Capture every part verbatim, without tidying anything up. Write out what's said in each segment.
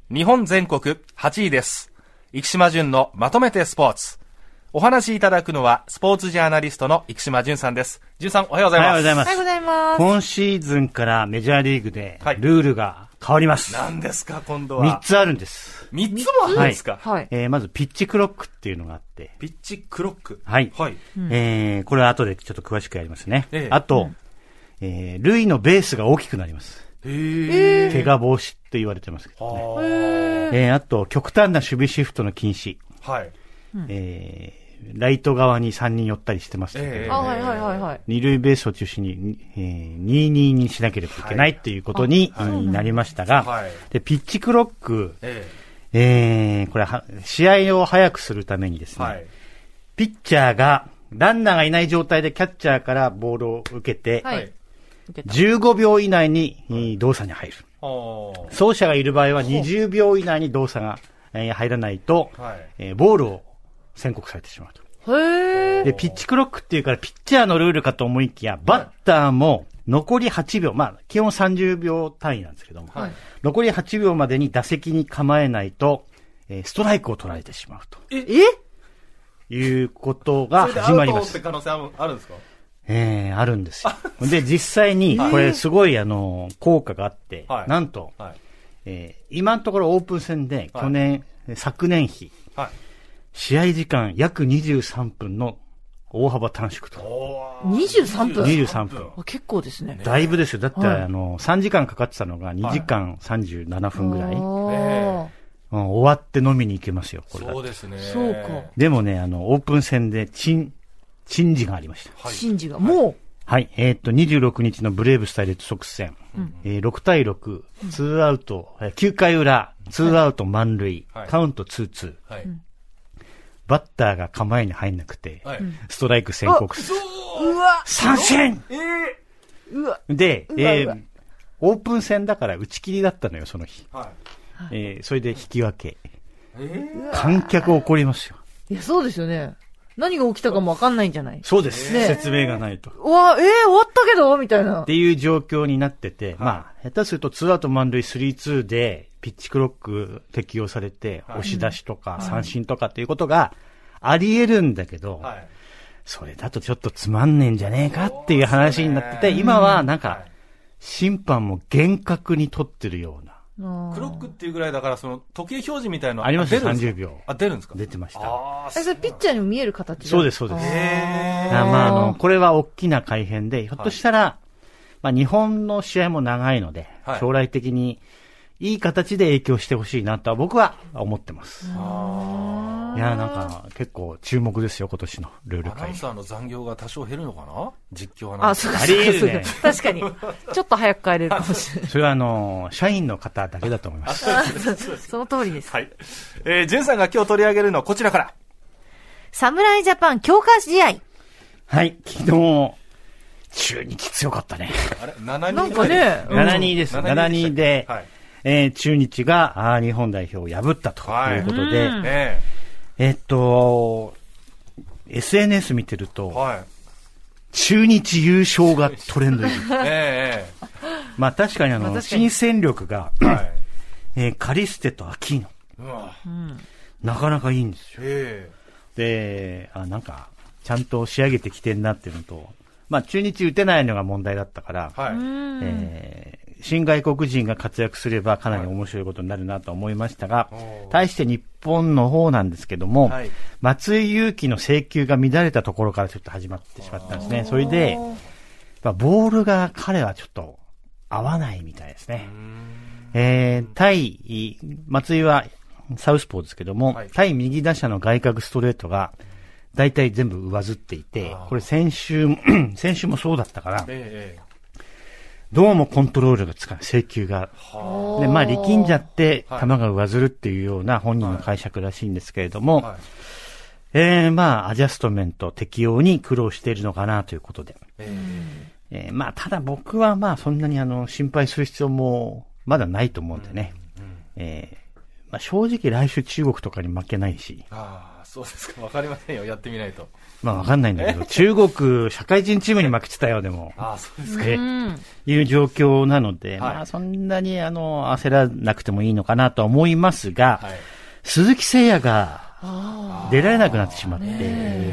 日本全国はちいです。生島淳のまとめてスポーツ。お話しいただくのはスポーツジャーナリストの生島淳さんです。淳さん、おはようございます。 おはようございます。 おはようございます。 今シーズンからメジャーリーグでルールが変わります。 はい、何ですか、今度は。 みっつあるんです。 みっつもあるんですか。 はい。えー、まずピッチクロックっていうのがあって。 ピッチクロック。 はい。 はい。 えー、これは後でちょっと詳しくやりますね。 ええ、 あと、うん、えー、塁のベースが大きくなります。 へー。 怪我防止って言われてますけどね。 へー。 えー、あと、極端な守備シフトの禁止。 はい。 えー、ライト側にさんにん寄ったりしてますけど、えー、あ、はいはいはいはい。 二塁ベースを中心に、えー、にたいににしなければいけないっていうことに、はい、なりましたが、はい、で、ピッチクロック、えー、えー、これは、試合を早くするためにですね、はい、ピッチャーが、ランナーがいない状態でキャッチャーからボールを受けて、はい、じゅうごびょう以内に動作に入る。走者がいる場合はにじゅうびょう以内に動作が入らないと、はいえー、ボールを宣告されてしまうと。 へー。 で、ピッチクロックっていうからピッチャーのルールかと思いきや、バッターも残りはちびょう、まあ基本さんじゅうびょう単位なんですけども、はい、残りはちびょうまでに打席に構えないと、えー、ストライクを取られてしまうと。 えいうことが始まります。 それでアウトって可能性あるんですか？ えー、あるんですよ。で、実際に、これすごいあの、効果があって、はい、なんと、はいえー、今のところオープン戦で、去年、はい、昨年比、はい、試合時間約にじゅうさんぷんの大幅短縮と。 にじゅうさんぷん ?にじゅうさんぷん。結構ですね。 だいぶですよ。だって、はい、あの、さんじかんかかってたのがにじかんさんじゅうななふんぐらい。はいうん、終わって飲みに行けますよ、これだ。 そうですね。 そうか。 でもね、あの、オープン戦で、チン、珍事がありました。 はい、珍事が、もうはい、えー、っと、にじゅうろくにちのブレーブス対レッドソックス戦、うんえー、ろくたいろく、ツーアウト、きゅうかい裏、ツーアウト満塁、はい、カウントツーツー、はい、バッターが構えに入んなくて、はい、ストライク宣告する。 うわ三振えー、うわで、えー、オープン戦だから打ち切りだったのよ、その日。はいえー、それで引き分け。えー、観客怒りますよ。 いや、そうですよね。何が起きたかもわかんないんじゃない？ そうです。ね、説明がないと。 うわ、えー、終わったけどみたいな。 っていう状況になってて、はい、まあ、下手するとツーアウト満塁スリーツーで、ピッチクロック適用されて、はい、押し出しとか三振とかっていうことがあり得るんだけど、はい、それだとちょっとつまんねえんじゃねえかっていう話になってて、今はなんか、審判も厳格に取ってるような。 クロックっていうぐらいだから、その時計表示みたいなのありますよ、さんじゅうびょう。 あ、出るんですか？ 出てました。 あそれピッチャーにも見える形そうです、そうです。へー。まあ、あの、これは大きな改変で、ひょっとしたら、はい、まあ、日本の試合も長いので、はい、将来的にいい形で影響してほしいなとは僕は思ってます。いや、なんか、結構注目ですよ、今年のルール改。 アナウンサーの残業が多少減るのかな？実況アナウンサー。 あ、そうか、 あり得るね。 確かに。ちょっと早く帰れるかもしれない。 それはあの、社員の方だけだと思います。 その通りです。 はい。えー、ジュンさんが今日取り上げるのはこちらから。 侍ジャパン強化試合。 はい、昨日、中日強かったね。 あれ ?ななたいになんかね。 ななたいにです。ななたいにで、はいえー、中日があ日本代表を破ったということで、はいえーえっと、エスエヌエス 見てると、はい、中日優勝がトレンドに。ええ、まあ確かにあの、まあ、新戦力が、はいえー、カリステとアキーノ、うん。なかなかいいんですよ。えで、あ、なんか、ちゃんと仕上げてきてんなっていうのと、まあ中日打てないのが問題だったから、はいえー新外国人が活躍すればかなり面白いことになるなと思いましたが、はい、対して日本の方なんですけども、はい、松井裕樹の制球が乱れたところからちょっと始まってしまったんですね。それで、まあ、ボールが彼はちょっと合わないみたいですね。えー、対、松井はサウスポーですけども、はい、対右打者の外角ストレートが大体全部上ずっていて、これ先週、先週もそうだったから、えーどうもコントロールがつかない、制球が。で、まあ力んじゃって球が上ずるっていうような本人の解釈らしいんですけれども、はいはい、えー、まあアジャストメント適用に苦労しているのかなということで。えーえー、まあただ僕はまあそんなにあの心配する必要もまだないと思うんでね。うんうんえー、 まあ、正直来週中国とかに負けないし。 ああ、そうですか。わかりませんよ。やってみないと。 まあわかんないんだけど、中国、社会人チームに負けてたよ、でも。 ああ、そうですか。 え、いう状況なので、はい、まあそんなにあの、焦らなくてもいいのかなとは思いますが、はい、鈴木誠也が出られなくなってしまって、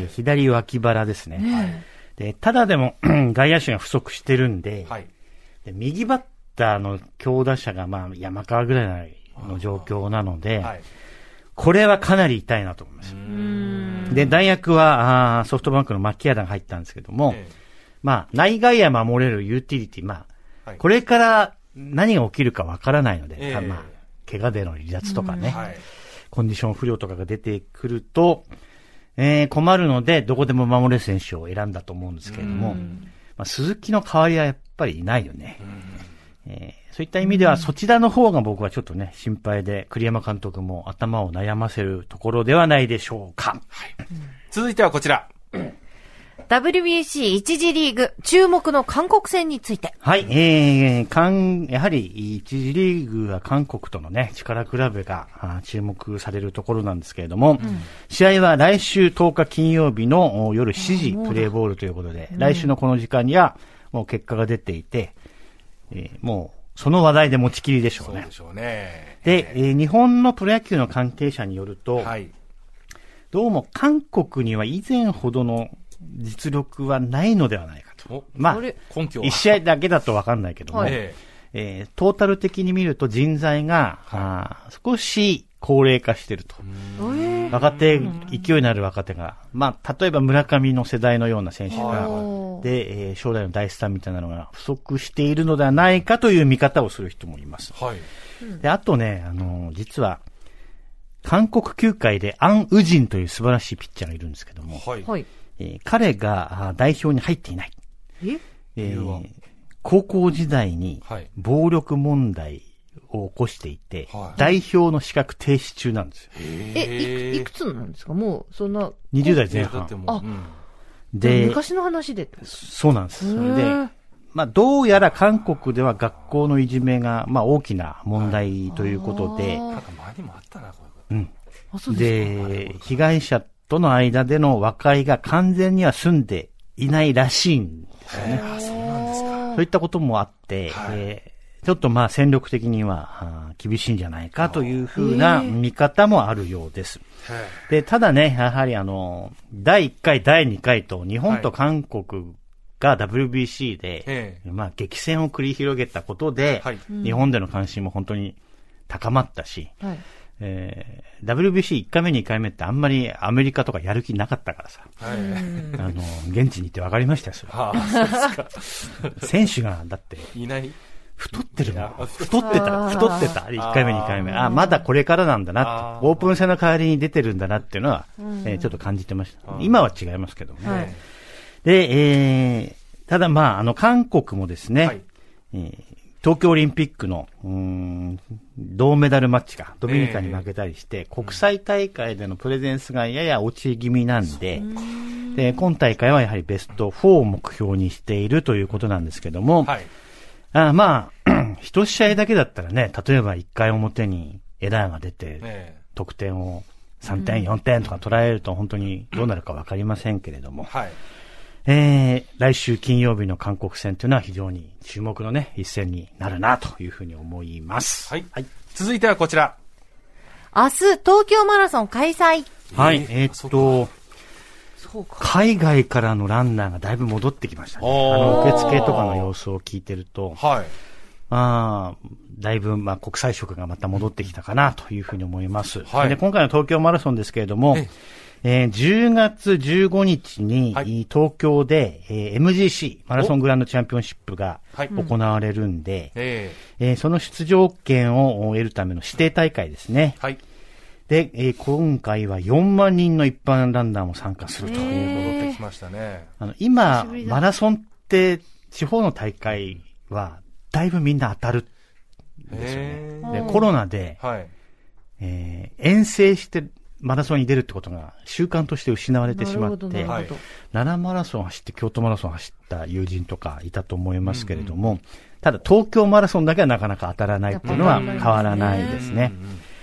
左脇腹ですね。ねでただでも外野手が不足してるんで、はい、で右バッターの強打者がまあ山川ぐらいの状況なので、はい、これはかなり痛いなと思います。で、代役はあソフトバンクの牧原が入ったんですけども、ええ、まあ内外野守れるユーティリティ、まあ、はい、これから何が起きるかわからないので、ええ、まあ、怪我での離脱とかね、はい、コンディション不良とかが出てくると、えー、困るので、どこでも守れる選手を選んだと思うんですけれども、まあ、鈴木の代わりはやっぱりいないよね。えー、そういった意味では、そちらの方が僕はちょっとね、心配で、栗山監督も頭を悩ませるところではないでしょうか。はい、 続いてはこちら。 ダブリュービーシー 一次リーグ、注目の韓国戦について。 はい、えー、韓、やはり一次リーグは韓国とのね、力比べが注目されるところなんですけれども、うん、試合は来週とおか金曜日の夜しちじプレーボールということで、来週のこの時間にはもう結果が出ていて、えー、もうその話題で持ちきりでしょうね。 そうでしょうね。 で、えー、日本のプロ野球の関係者によると、はい、どうも韓国には以前ほどの実力はないのではないかと。まあ、根拠は一試合だけだと分かんないけども、はい、えー、トータル的に見ると人材が、はい、少し高齢化していると。若手、勢いのある若手が、まあ、例えば村上の世代のような選手が、で、えー、将来の大スターみたいなのが不足しているのではないかという見方をする人もいます。はい、で、あとね、あのー、実は、韓国球界でアン・ウジンという素晴らしいピッチャーがいるんですけども、はい、えー、彼が代表に入っていない。ええー、高校時代に暴力問題を起こしていて、はい、代表の資格停止中なんですよ。 え、い, いくつなんですか？もう、そんな。 にじゅう代前半。 あ、うん、で、昔の話で。 そうなんです。それで、まあ、どうやら韓国では学校のいじめが、まあ、大きな問題ということで、 なんか前にもあったな、これ。うん。あ、そうですか。で、被害者との間での和解が完全には済んでいないらしいんですよね。 あ、そうなんですか。 そういったこともあって、はい、えー、ちょっとまあ戦力的には厳しいんじゃないかというふうな見方もあるようです。で、ただね、やはりあの、だいいっかい、だいにかいと日本と韓国が ダブリュービーシー で、まあ激戦を繰り広げたことで、はい、日本での関心も本当に高まったし、はい、えー、ダブリュービーシーいっかいめにかいめってあんまりアメリカとかやる気なかったからさ。はい、あの、現地に行って分かりましたよ、それ。ああ、そうですか。選手が、だって。いない太ってるの。太ってた。太ってた。いっかいめ、にかいめ。あ、まだこれからなんだなって。オープン戦の代わりに出てるんだなっていうのは、えー、ちょっと感じてました。今は違いますけどもね。はい、で、えー、ただまあ、あの、韓国もですね、はい、えー東京オリンピックの、うーん、銅メダルマッチか、ドミニカに負けたりして、えー、国際大会でのプレゼンスがやや落ち気味なんで、で、今大会はやはりベストフォーを目標にしているということなんですけども、はい、あまあ、一試合だけだったらね、例えばいっかい表にエラーが出て、えー、得点をさんてん、よんてんとか取られると本当にどうなるかわかりませんけれども、はい、えー、来週金曜日の韓国戦というのは非常に注目のね、一戦になるなというふうに思います。 はい。はい、続いてはこちら。 明日、東京マラソン開催。 はい、えー、っと、そうか、海外からのランナーがだいぶ戻ってきましたね。あの、受付とかの様子を聞いてると、はい。あだいぶ、まあ、国際色がまた戻ってきたかなというふうに思います。はい。で、今回の東京マラソンですけれども、えー、じゅうがつじゅうごにちに、はい、東京で、えー、エムジーシー マラソングランドチャンピオンシップが行われるんで、はい、えーえー、その出場権を得るための指定大会ですね。はい、で、えー、今回はよんまんにんの一般ランナーも参加するということで、 きましたね。 あの今マラソンって地方の大会はだいぶみんな当たるんですよね。で、コロナで、はい、えー、遠征してマラソンに出るってことが習慣として失われてしまって、奈良マラソン走って京都マラソン走った友人とかいたと思いますけれども、うんうん、ただ東京マラソンだけはなかなか当たらないっていうのは変わらないですね。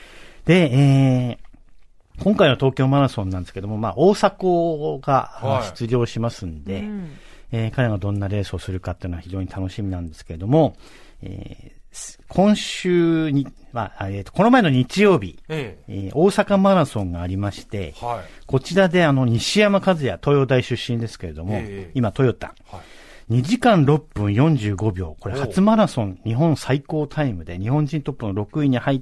で、えー、今回の東京マラソンなんですけども、まあ、大迫が出場しますんで、はいうん、えー、彼がどんなレースをするかっていうのは非常に楽しみなんですけれども、えー、今週に、まあ、えーと、この前の日曜日、えええー、大阪マラソンがありまして、はい、こちらであの、西山和也、東洋大出身ですけれども、ええ、今トヨタ、はい、にじかんろっぷんよんじゅうごびょう、これ初マラソン日本最高タイムで日本人トップのろくいに入って、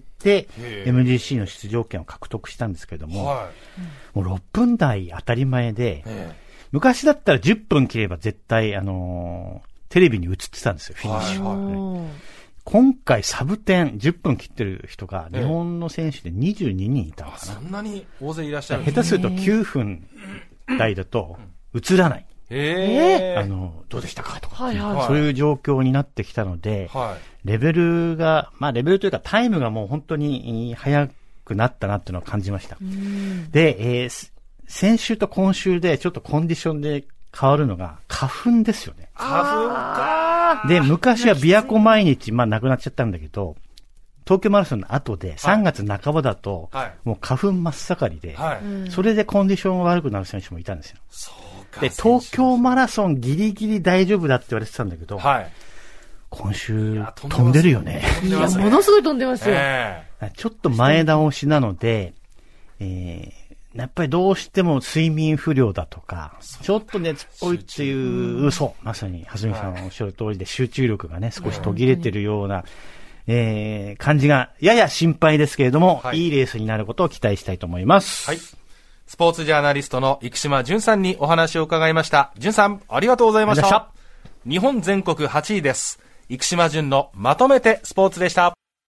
エムジーシー の出場権を獲得したんですけれども、はい、もうろっぷん台当たり前で、ええ、昔だったらじゅっぷん切れば絶対、あのー、テレビに映ってたんですよ、フィニッシュ。はいはい、今回サブテンじゅっぷん切ってる人が日本の選手でにじゅうににんいたのかな。 そんなに大勢いらっしゃる。 下手するときゅうふん台だと映らない。 えー、 あの、どうでしたかとか、はいはい、そういう状況になってきたので、はい、レベルが、まあレベルというかタイムがもう本当に速くなったなっていうのを感じました。で、えー、先週と今週でちょっとコンディションで変わるのが花粉ですよね。 花粉か。 で、昔は琵琶湖毎日、まあなくなっちゃったんだけど、東京マラソンの後でさんがつなかばだと、はい、もう花粉真っ盛りで、はい、それでコンディションが悪くなる選手もいたんですよ。 そうか。 で、東京マラソンギリギリ大丈夫だって言われてたんだけど、はい、今週飛んでるよね。 いや、ものすごい飛んでますよ。 えー、ちょっと前倒しなので、えーやっぱりどうしても睡眠不良だとか、ちょっと熱っぽいっていう嘘、まさに、はずみさんのおっしゃる通りで集中力がね、少し途切れてるような、えー、感じが、やや心配ですけれども、はい、いいレースになることを期待したいと思います。 はい。スポーツジャーナリストの生島淳さんにお話を伺いました。淳さん、ありがとうございました。日本全国はちいです。生島淳のまとめてスポーツでした。